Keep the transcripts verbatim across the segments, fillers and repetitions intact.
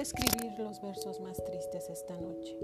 escribir los versos más tristes esta noche.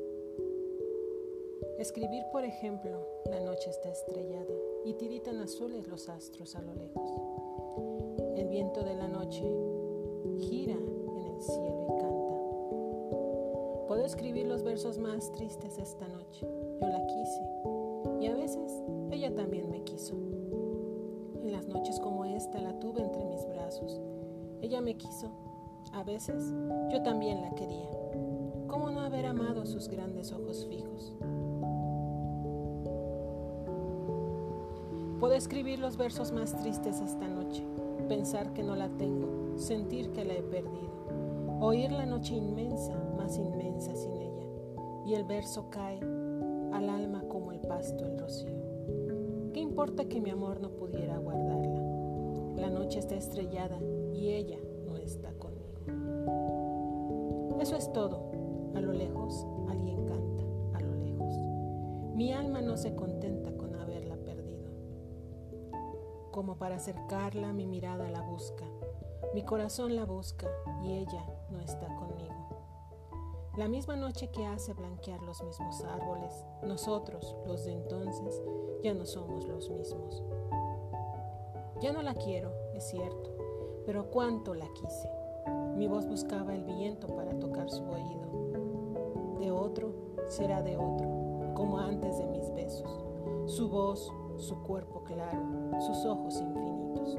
Escribir, por ejemplo, la noche está estrellada y tiritan azules los astros a lo lejos. El viento de la noche gira en el cielo y canta. Puedo escribir los versos más tristes esta noche. Yo la quise y a veces ella también me quiso. En las noches como esta la tuve entre mis brazos. Ella me quiso. A veces yo también la quería. ¿Cómo no haber amado sus grandes ojos fijos? Puedo escribir los versos más tristes esta noche, pensar que no la tengo, sentir que la he perdido, oír la noche inmensa, más inmensa sin ella, y el verso cae al alma como el pasto el rocío. ¿Qué importa que mi amor no pudiera guardarla? La noche está estrellada y ella no está conmigo. Eso es todo. A lo lejos alguien canta, a lo lejos. Mi alma no se contenta con haberla perdido. Como para acercarla, mi mirada la busca, mi corazón la busca y ella no está conmigo. La misma noche que hace blanquear los mismos árboles, nosotros, los de entonces, ya no somos los mismos. Ya no la quiero, es cierto, pero cuánto la quise. Mi voz buscaba el viento para tocar su oído. De otro será de otro, como antes de mis besos. Su voz, su cuerpo claro, sus ojos infinitos.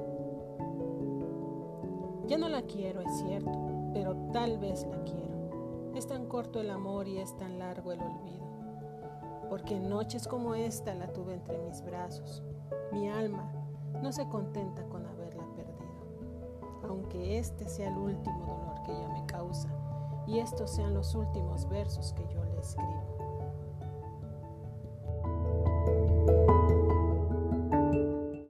Ya no la quiero, es cierto, pero tal vez la quiero. Es tan corto el amor y es tan largo el olvido. Porque en noches como esta la tuve entre mis brazos. Mi alma no se contenta con haberla perdido. Aunque este sea el último dolor que ella me causa y estos sean los últimos versos que yo le escribo.